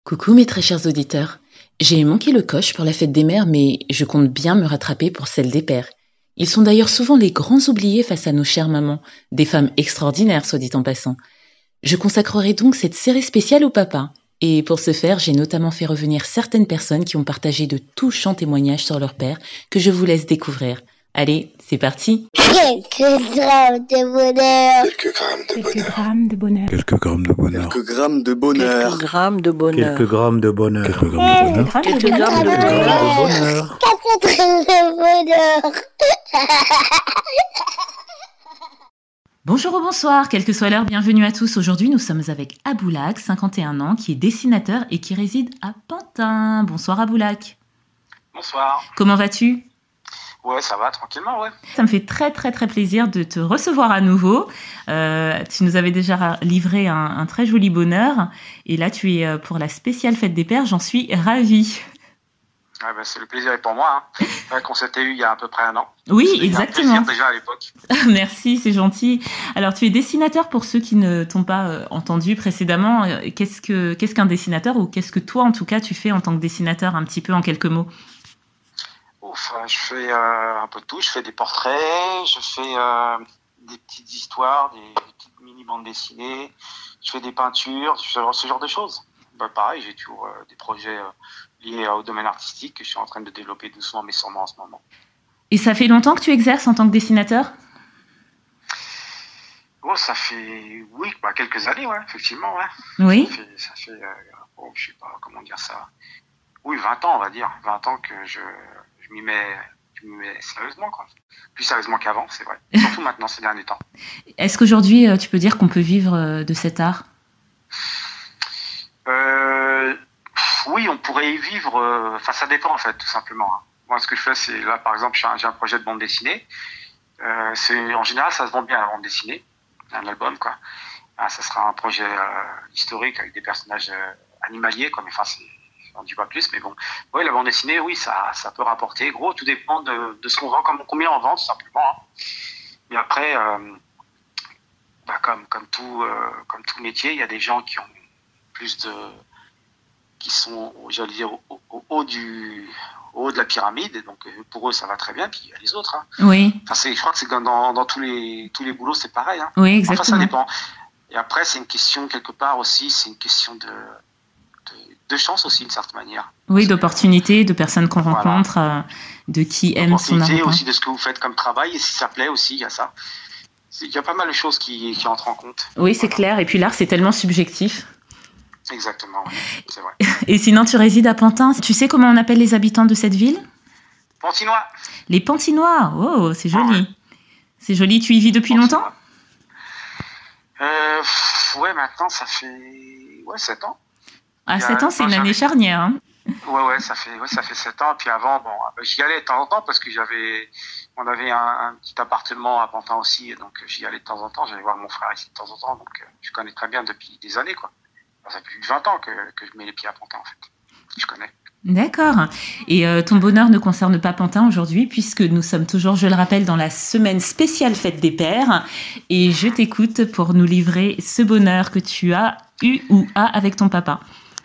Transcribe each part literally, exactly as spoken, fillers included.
Coucou mes très chers auditeurs. J'ai manqué le coche pour la fête des mères, mais je compte bien me rattraper pour celle des pères. Ils sont d'ailleurs souvent les grands oubliés face à nos chères mamans, des femmes extraordinaires, soit dit en passant. Je consacrerai donc cette série spéciale au papa. Et pour ce faire, j'ai notamment fait revenir certaines personnes qui ont partagé de touchants témoignages sur leur père que je vous laisse découvrir. Allez, c'est parti. Quelques grammes de bonheur. Quelques grammes de bonheur. Quelques grammes de bonheur. Quelques grammes de bonheur. Quelques grammes de bonheur. Quelques grammes de bonheur. Quelques grammes de bonheur. Quelques grammes de bonheur. Quelques grammes de bonheur. Bonjour ou bonsoir, quelle que soit l'heure, bienvenue à tous. Aujourd'hui, nous sommes avec Aboulak, cinquante et un ans, qui est dessinateur et qui réside à Pantin. Bonsoir Aboulak. Bonsoir. Comment vas-tu ? Ouais, ça va, tranquillement, ouais. Ça me fait très très très plaisir de te recevoir à nouveau. Euh, tu nous avais déjà livré un, un très joli bonheur. Et là, tu es pour la spéciale fête des pères, j'en suis ravie. Ouais, ben, c'est le plaisir est pour moi. Hein. C'est vrai qu'on s'était eu il y a à peu près un an. Oui, C'était exactement. un plaisir déjà à l'époque. Merci, c'est gentil. Alors, tu es dessinateur pour ceux qui ne t'ont pas euh, entendu précédemment. Qu'est-ce que, qu'est-ce qu'un dessinateur ou qu'est-ce que toi, en tout cas, tu fais en tant que dessinateur, un petit peu en quelques mots ? Ouf, je fais euh, un peu de tout. Je fais des portraits, je fais euh, des petites histoires, des, des petites mini-bandes dessinées. Je fais des peintures, ce genre, ce genre de choses. Bah, pareil, j'ai toujours euh, des projets euh, liés au domaine artistique que je suis en train de développer doucement mais sûrement en ce moment. Et ça fait longtemps que tu exerces en tant que dessinateur ? Oh, ça fait, oui, bah, quelques années, ouais, effectivement, ouais. Oui. Ça fait, ça fait euh, oh, je sais pas comment dire ça. Oui, vingt ans, on va dire. vingt ans que je, je m'y mets, je m'y mets sérieusement, quoi. Plus sérieusement qu'avant, c'est vrai. Surtout maintenant, ces derniers temps. Est-ce qu'aujourd'hui, tu peux dire qu'on peut vivre de cet art ? Euh, oui, on pourrait y vivre. Enfin, euh, ça dépend en fait, tout simplement. Hein. Moi, ce que je fais, c'est là, par exemple, j'ai un, j'ai un projet de bande dessinée. Euh, c'est en général, ça se vend bien la bande dessinée, un album, quoi. Ah, ça sera un projet euh, historique avec des personnages euh, animaliers, quoi. Mais enfin, c'est, on dit pas plus, mais bon. Oui, la bande dessinée, oui, ça, ça peut rapporter. Gros, tout dépend de, de ce qu'on vend, comme, combien on vend, tout simplement. Hein. Mais après, euh, bah, comme, comme tout, euh, comme tout métier, il y a des gens qui ont plus de, qui sont, j'allais dire, au, au, au haut du, au haut de la pyramide, et donc pour eux ça va très bien, puis il y a les autres. Hein. Oui. Enfin, c'est, je crois que c'est dans, dans, dans tous les, tous les boulots, c'est pareil. Hein. Oui, exactement. Enfin, ça dépend. Et après, c'est une question quelque part aussi, c'est une question de, de, de chance aussi, d'une certaine manière. Oui, d'opportunités, de personnes qu'on voilà. rencontre, euh, de qui aiment son art. Aussi de ce que vous faites comme travail, et si ça plaît aussi, il y a ça. Il y a pas mal de choses qui, qui entrent en compte. Oui, c'est voilà. Clair. Et puis l'art, c'est tellement subjectif. Exactement, oui. C'est vrai. Et sinon, tu résides à Pantin. Tu sais comment on appelle les habitants de cette ville ? Pantinois. Les Pantinois. Oh, c'est joli. Ah ouais. C'est joli. Tu y vis depuis Pantinois. longtemps ? euh, Ouais, maintenant, ça fait ouais, sept ans. Ah, sept ans, c'est une année charnière. Hein. Ouais, ouais, ça fait, ouais, ça fait sept ans. Puis avant, bon, j'y allais de temps en temps parce que j'avais, on avait un, un petit appartement à Pantin aussi, donc j'y allais de temps en temps. J'allais voir mon frère ici de temps en temps, donc je connais très bien depuis des années, quoi. Ça fait plus de vingt ans que, que je mets les pieds à Pantin, en fait. Je connais. D'accord. Et euh, ton bonheur ne concerne pas Pantin aujourd'hui, puisque nous sommes toujours, je le rappelle, dans la semaine spéciale fête des pères. Et je t'écoute pour nous livrer ce bonheur que tu as eu ou as avec ton papa.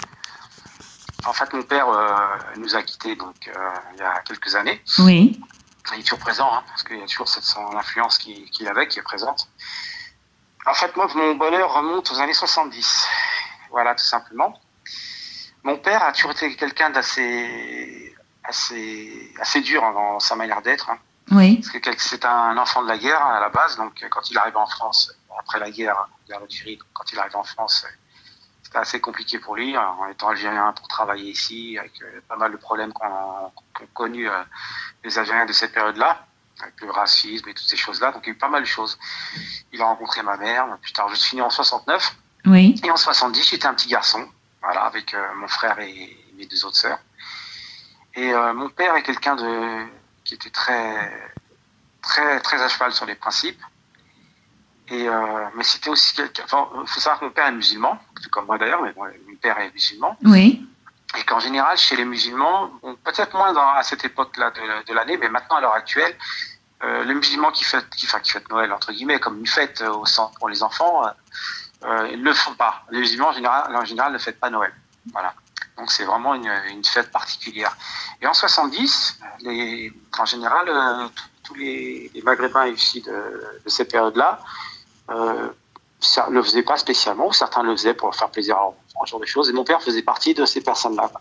En fait, mon père euh, nous a quittés donc, euh, il y a quelques années. Oui. Il est toujours présent, hein, parce qu'il y a toujours cette son influence qu'il, qu'il avait, qui est présente. En fait, moi, mon bonheur remonte aux années soixante-dix. Voilà, tout simplement. Mon père a toujours été quelqu'un d'assez, assez, assez dur dans sa manière d'être. Hein. Oui. Parce que c'est un enfant de la guerre à la base, donc quand il arrive en France, après la guerre, la guerre d'Algérie, quand il arrive en France, c'était assez compliqué pour lui, en étant algérien pour travailler ici, avec pas mal de problèmes qu'ont, qu'ont connus les Algériens de cette période-là, avec le racisme et toutes ces choses-là. Donc il y a eu pas mal de choses. Il a rencontré ma mère. Plus tard, je suis né en soixante-neuf. Oui. Et en soixante-dix, j'étais un petit garçon, voilà, avec euh, mon frère et mes deux autres sœurs. Et euh, mon père est quelqu'un de qui était très, très, très à cheval sur les principes. Et euh, mais c'était aussi quelqu'un. Enfin, il faut savoir que mon père est musulman, tout comme moi d'ailleurs, mais bon, mon père est musulman. Oui. Et qu'en général, chez les musulmans, bon, peut-être moins dans, à cette époque-là de, de l'année, mais maintenant à l'heure actuelle, euh, les musulmans qui fêtent, qui, enfin, qui fêtent Noël entre guillemets, comme une fête au centre pour les enfants. Euh, Euh, ils ne le font pas. Les musulmans, en général, en général, ne fêtent pas Noël. Voilà. Donc c'est vraiment une, une fête particulière. Et en soixante-dix, les, en général, euh, tous les, les Maghrébins issus de, de ces périodes-là euh, ça le faisaient pas spécialement, ou certains le faisaient pour faire plaisir à un genre de choses. Et mon père faisait partie de ces personnes-là.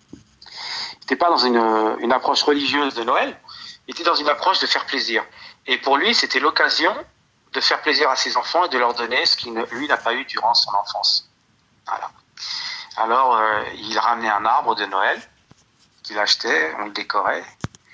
Il n'était pas dans une, une approche religieuse de Noël, il était dans une approche de faire plaisir. Et pour lui, c'était l'occasion de faire plaisir à ses enfants et de leur donner ce qu'il, lui, n'a pas eu durant son enfance. Voilà. Alors, euh, il ramenait un arbre de Noël qu'il achetait, on le décorait.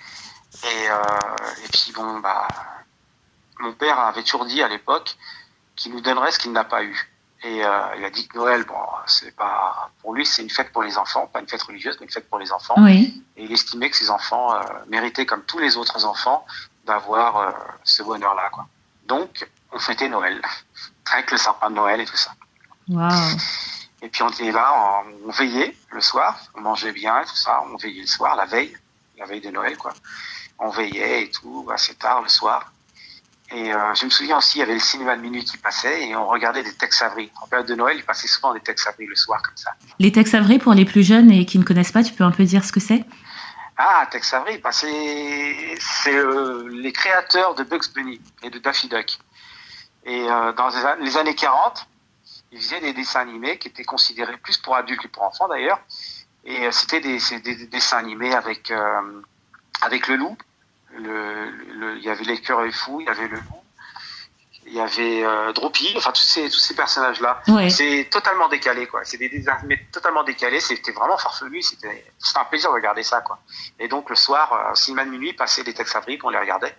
Et, euh, et puis, bon, bah, mon père avait toujours dit à l'époque qu'il nous donnerait ce qu'il n'a pas eu. Et euh, il a dit que Noël, bon, c'est pas, pour lui, c'est une fête pour les enfants, pas une fête religieuse, mais une fête pour les enfants. Oui. Et il estimait que ses enfants euh, méritaient, comme tous les autres enfants, d'avoir euh, ce bonheur-là, quoi. Donc, on fêtait Noël, avec le sapin de Noël et tout ça. Wow. Et puis on était là, on, on veillait le soir, on mangeait bien et tout ça, on veillait le soir, la veille, la veille de Noël, quoi. On veillait et tout, assez tard le soir. Et euh, je me souviens aussi, il y avait le cinéma de minuit qui passait et on regardait des Tex Avery. En période de Noël, il passait souvent des Tex Avery le soir, comme ça. Les Tex Avery, pour les plus jeunes et qui ne connaissent pas, tu peux un peu dire ce que c'est ? Ah, Tex Avery, bah c'est, c'est euh, les créateurs de Bugs Bunny et de Daffy Duck. Et euh, dans les, les années quarante, ils faisaient des dessins animés qui étaient considérés plus pour adultes que pour enfants d'ailleurs. Et euh, c'était des, c'est des, des dessins animés avec, euh, avec le loup. Le, le, il y avait l'écureuil fou, il y avait le loup, il y avait euh, Droopy, enfin tous ces, tous ces personnages-là. Ouais. C'est totalement décalé, quoi. C'est des dessins animés totalement décalés, c'était vraiment farfelu, c'était, c'était un plaisir de regarder ça, quoi. Et donc le soir, euh, au cinéma de minuit, passait des Tex Avery, on les regardait.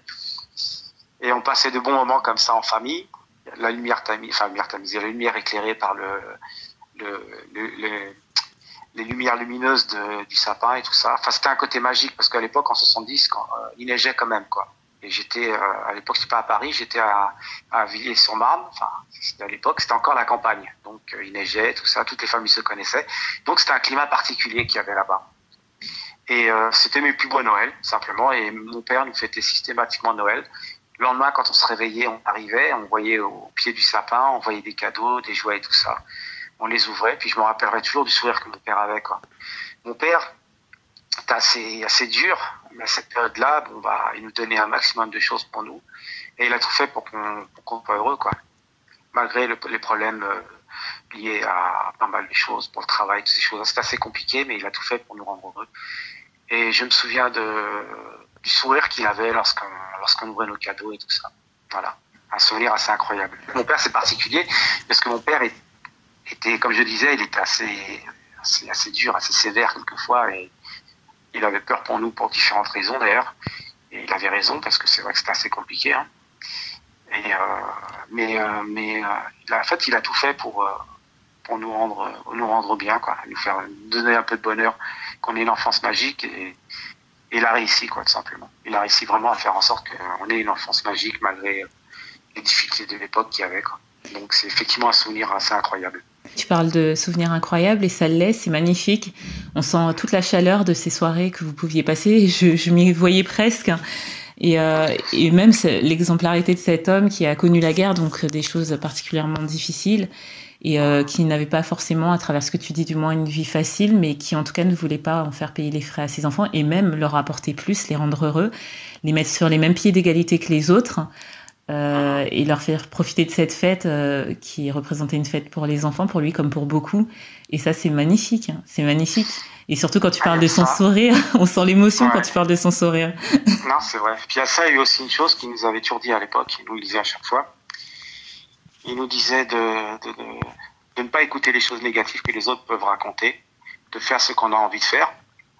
Et on passait de bons moments comme ça en famille. La lumière tamise, enfin lumière tamisée, la lumière éclairée par le, le, le, le les lumières lumineuses de, du sapin et tout ça. Enfin, c'était un côté magique parce qu'à l'époque, en soixante-dix, quand, euh, il neigeait quand même, quoi. Et j'étais, euh, à l'époque, j'étais pas à Paris, j'étais à, à Villiers-sur-Marne. Enfin, c'était à l'époque, c'était encore la campagne. Donc, euh, il neigeait, tout ça, toutes les familles se connaissaient. Donc, c'était un climat particulier qu'il y avait là-bas. Et euh, c'était mes plus beaux Noël, simplement. Et mon père nous fêtait systématiquement Noël. Le lendemain, quand on se réveillait, on arrivait, on voyait au pied du sapin, on voyait des cadeaux, des jouets et tout ça. On les ouvrait, puis je me rappellerai toujours du sourire que mon père avait, quoi. Mon père était assez, assez dur, mais à cette période-là, bon, bah, il nous donnait un maximum de choses pour nous. Et il a tout fait pour qu'on, pour qu'on soit heureux, quoi. Malgré le, les problèmes euh, liés à pas mal de choses, pour le travail, toutes ces choses. C'était assez compliqué, mais il a tout fait pour nous rendre heureux. Et je me souviens de, du sourire qu'il avait lorsqu'on, lorsqu'on ouvrait nos cadeaux et tout ça. Voilà. Un souvenir assez incroyable. Mon père, c'est particulier, parce que mon père est était, comme je disais, il était assez, assez, assez dur, assez sévère quelquefois, et il avait peur pour nous pour différentes raisons d'ailleurs, et il avait raison parce que c'est vrai que c'était assez compliqué, hein. Et, euh, mais, euh, mais, euh, il a, en fait, il a tout fait pour, euh, pour nous rendre, nous rendre bien, quoi, nous faire donner un peu de bonheur, qu'on ait une enfance magique, et, et il a réussi, quoi, tout simplement. Il a réussi vraiment à faire en sorte qu'on ait une enfance magique malgré les difficultés de l'époque qu'il y avait, quoi. Donc c'est effectivement un souvenir assez incroyable. Tu parles de souvenirs incroyables et ça l'est, c'est magnifique. On sent toute la chaleur de ces soirées que vous pouviez passer. Je, je m'y voyais presque. Et, euh, et même l'exemplarité de cet homme qui a connu la guerre, donc des choses particulièrement difficiles, et euh, qui n'avait pas forcément, à travers ce que tu dis, du moins une vie facile, mais qui en tout cas ne voulait pas en faire payer les frais à ses enfants et même leur apporter plus, les rendre heureux, les mettre sur les mêmes pieds d'égalité que les autres. Euh, et leur faire profiter de cette fête euh, qui représentait une fête pour les enfants, pour lui comme pour beaucoup. Et ça, c'est magnifique, hein, c'est magnifique. Et surtout quand tu parles ah, de son ça. sourire, on sent l'émotion ouais. Quand tu parles de son sourire. Non, c'est vrai. Puis à ça, il y a eu aussi une chose qu'il nous avait toujours dit à l'époque, il nous le disait à chaque fois. Il nous disait de, de, de, de ne pas écouter les choses négatives que les autres peuvent raconter, de faire ce qu'on a envie de faire.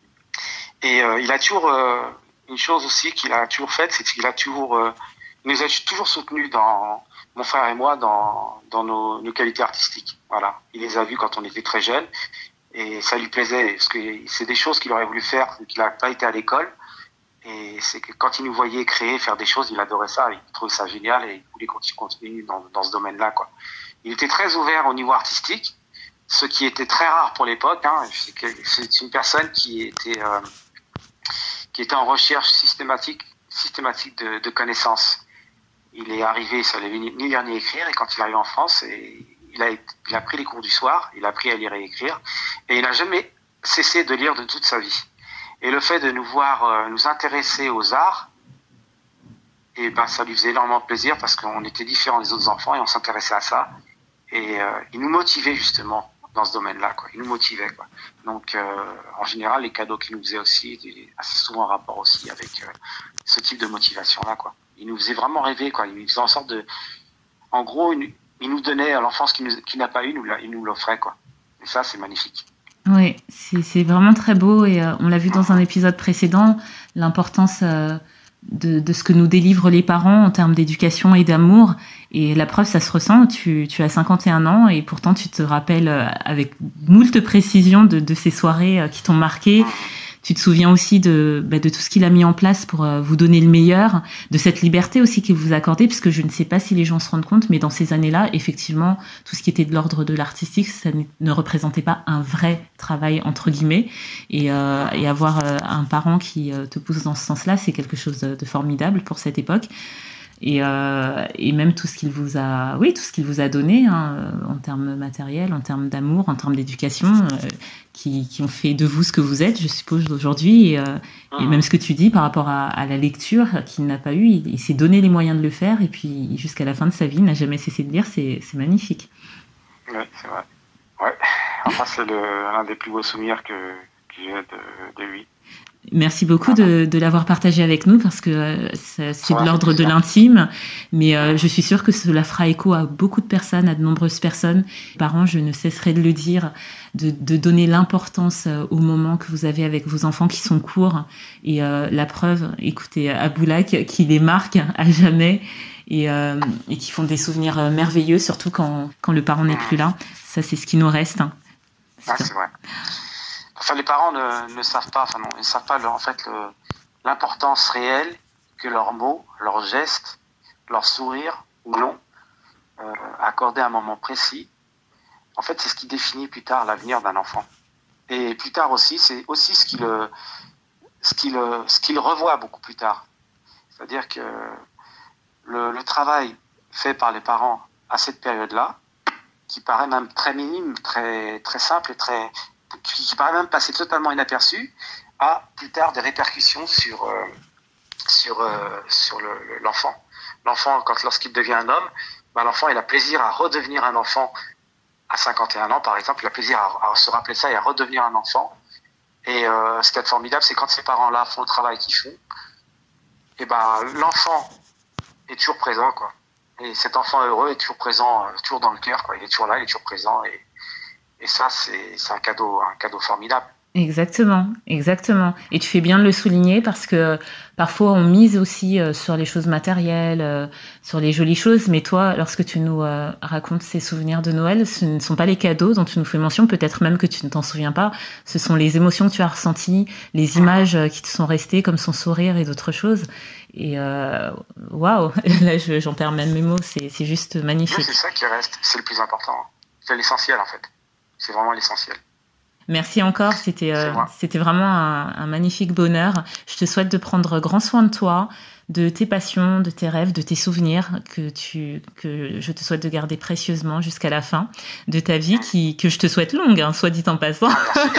Et euh, il a toujours, euh, une chose aussi qu'il a toujours faite, c'est qu'il a toujours... Euh, Il nous a toujours soutenus, dans, mon frère et moi, dans, dans nos, nos qualités artistiques. Voilà. Il les a vus quand on était très jeunes et ça lui plaisait parce que c'est des choses qu'il aurait voulu faire, qu'il n'a pas été à l'école. Et c'est que quand il nous voyait créer, faire des choses, il adorait ça, il trouvait ça génial et il voulait continuer dans, dans ce domaine-là, quoi. Il était très ouvert au niveau artistique, ce qui était très rare pour l'époque, hein. C'est, que, c'est une personne qui était, euh, qui était en recherche systématique, systématique de, de connaissances. Il est arrivé, ça n'avait ni lire ni écrire, et quand il est arrivé en France, et il, a, il a pris les cours du soir, il a appris à lire et écrire, et il n'a jamais cessé de lire de toute sa vie. Et le fait de nous voir euh, nous intéresser aux arts, et ben ça lui faisait énormément plaisir parce qu'on était différents des autres enfants et on s'intéressait à ça. Et euh, il nous motivait justement dans ce domaine-là, quoi. Il nous motivait, quoi. Donc, euh, en général, les cadeaux qu'il nous faisait aussi étaient assez souvent en rapport aussi avec euh, ce type de motivation-là, quoi. Il nous faisait vraiment rêver, quoi. Il faisait en sorte de, en gros, il, il nous donnait à l'enfance qu'il, nous, qu'il n'a pas eu, il nous, il nous l'offrait, quoi. Et ça, c'est magnifique. Oui, c'est, c'est vraiment très beau et euh, on l'a vu dans un épisode précédent, l'importance euh, de, de ce que nous délivrent les parents en termes d'éducation et d'amour. Et la preuve, ça se ressent. Tu, tu as cinquante et un ans et pourtant tu te rappelles euh, avec moult précision de, de ces soirées euh, qui t'ont marqué. Tu te souviens aussi de, bah, de tout ce qu'il a mis en place pour euh, vous donner le meilleur, de cette liberté aussi qu'il vous accordait, parce que je ne sais pas si les gens se rendent compte, mais dans ces années-là, effectivement, tout ce qui était de l'ordre de l'artistique, ça ne représentait pas un vrai travail, entre guillemets. Et, euh, et avoir euh, un parent qui euh, te pousse dans ce sens-là, c'est quelque chose de, de formidable pour cette époque. Et, euh, et même tout ce qu'il vous a, oui, tout ce qu'il vous a donné, hein, en termes matériels, en termes d'amour, en termes d'éducation, euh, qui, qui ont fait de vous ce que vous êtes, je suppose, aujourd'hui. Et, euh, mmh. et même ce que tu dis par rapport à, à la lecture qu'il n'a pas eu, il, il s'est donné les moyens de le faire. Et puis, jusqu'à la fin de sa vie, il n'a jamais cessé de lire. C'est, c'est magnifique. Oui, c'est vrai. Ouais. Enfin, c'est le, l'un des plus beaux souvenirs que, que j'ai de, de lui. Merci beaucoup de, de l'avoir partagé avec nous parce que euh, ça, c'est de l'ordre de l'intime, mais euh, je suis sûre que cela fera écho à beaucoup de personnes, à de nombreuses personnes. Parents, je ne cesserai de le dire, de, de donner l'importance euh, au moment que vous avez avec vos enfants qui sont courts. Et euh, la preuve, écoutez, Aboulak, qui les marque à jamais et, euh, et qui font des souvenirs euh, merveilleux, surtout quand, quand le parent n'est plus là. Ça, c'est ce qui nous reste. Hein. C'est, ah, c'est vrai. Enfin, les parents ne, ne savent pas, enfin non, ils ne savent pas le, en fait le, l'importance réelle que leurs mots, leurs gestes, leurs sourires ou non euh, accordés à un moment précis. En fait, c'est ce qui définit plus tard l'avenir d'un enfant. Et plus tard aussi, c'est aussi ce qu'il ce qu'il ce qu'il revoit beaucoup plus tard. C'est-à-dire que le, le travail fait par les parents à cette période-là, qui paraît même très minime, très très simple et très qui paraît même passer totalement inaperçu, a plus tard des répercussions sur euh, sur euh, sur le, l'enfant. L'enfant, quand lorsqu'il devient un homme, ben l'enfant il a plaisir à redevenir un enfant à cinquante et un ans par exemple, il a plaisir à, à se rappeler ça et à redevenir un enfant. Et euh, ce qui est formidable, c'est quand ces parents-là font le travail qu'ils font, et ben l'enfant est toujours présent, quoi. Et cet enfant heureux est toujours présent, euh, toujours dans le cœur, quoi. Il est toujours là, il est toujours présent et Et ça, c'est, c'est un cadeau, un cadeau formidable. Exactement, exactement. Et tu fais bien de le souligner parce que parfois on mise aussi euh, sur les choses matérielles, euh, sur les jolies choses. Mais toi, lorsque tu nous euh, racontes ces souvenirs de Noël, ce ne sont pas les cadeaux dont tu nous fais mention, peut-être même que tu ne t'en souviens pas. Ce sont les émotions que tu as ressenties, les images euh, qui te sont restées, comme son sourire et d'autres choses. Et waouh, wow, là je, j'en perds même mes mots. C'est, c'est juste magnifique. Oui, c'est ça qui reste, c'est le plus important. C'est l'essentiel en fait. C'est vraiment l'essentiel. Merci encore, c'était, euh, c'était vraiment un, un magnifique bonheur. Je te souhaite de prendre grand soin de toi, de tes passions, de tes rêves, de tes souvenirs que, tu, que je te souhaite de garder précieusement jusqu'à la fin de ta vie, qui, que je te souhaite longue, hein, soit dit en passant.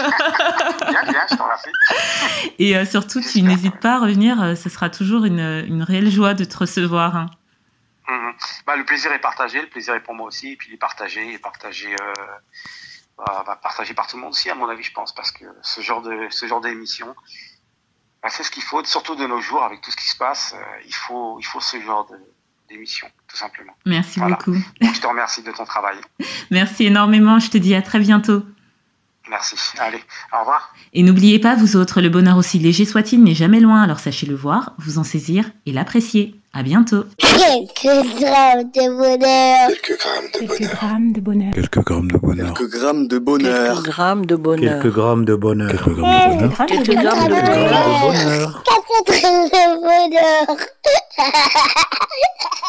Bien, bien, je t'en remercie. Et euh, surtout, J'espère, tu n'hésites ouais. pas à revenir, euh, ce sera toujours une, une réelle joie de te recevoir. Hein. Mmh. Bah, le plaisir est partagé, le plaisir est pour moi aussi, et puis il est partagé, et partagé... Euh... Va, va partager par tout le monde aussi, à mon avis, je pense, parce que ce genre de ce genre d'émission, bah, c'est ce qu'il faut, surtout de nos jours, avec tout ce qui se passe, euh, il faut il faut ce genre de, d'émission, tout simplement. Merci voilà. beaucoup. Donc, je te remercie de ton travail. Merci énormément, je te dis à très bientôt. Merci, allez, au revoir. Et n'oubliez pas, vous autres, le bonheur aussi léger soit-il n'est jamais loin, alors sachez le voir, vous en saisir et l'apprécier. À bientôt. Quelques grammes de bonheur. Quelques grammes de Quelques bonheur. grammes de bonheur. Quelques grammes de bonheur. Quelques grammes de bonheur. Quelques grammes de bonheur. Quelques grammes de bonheur. Quelques grammes de bonheur. Quelques grammes de bonheur.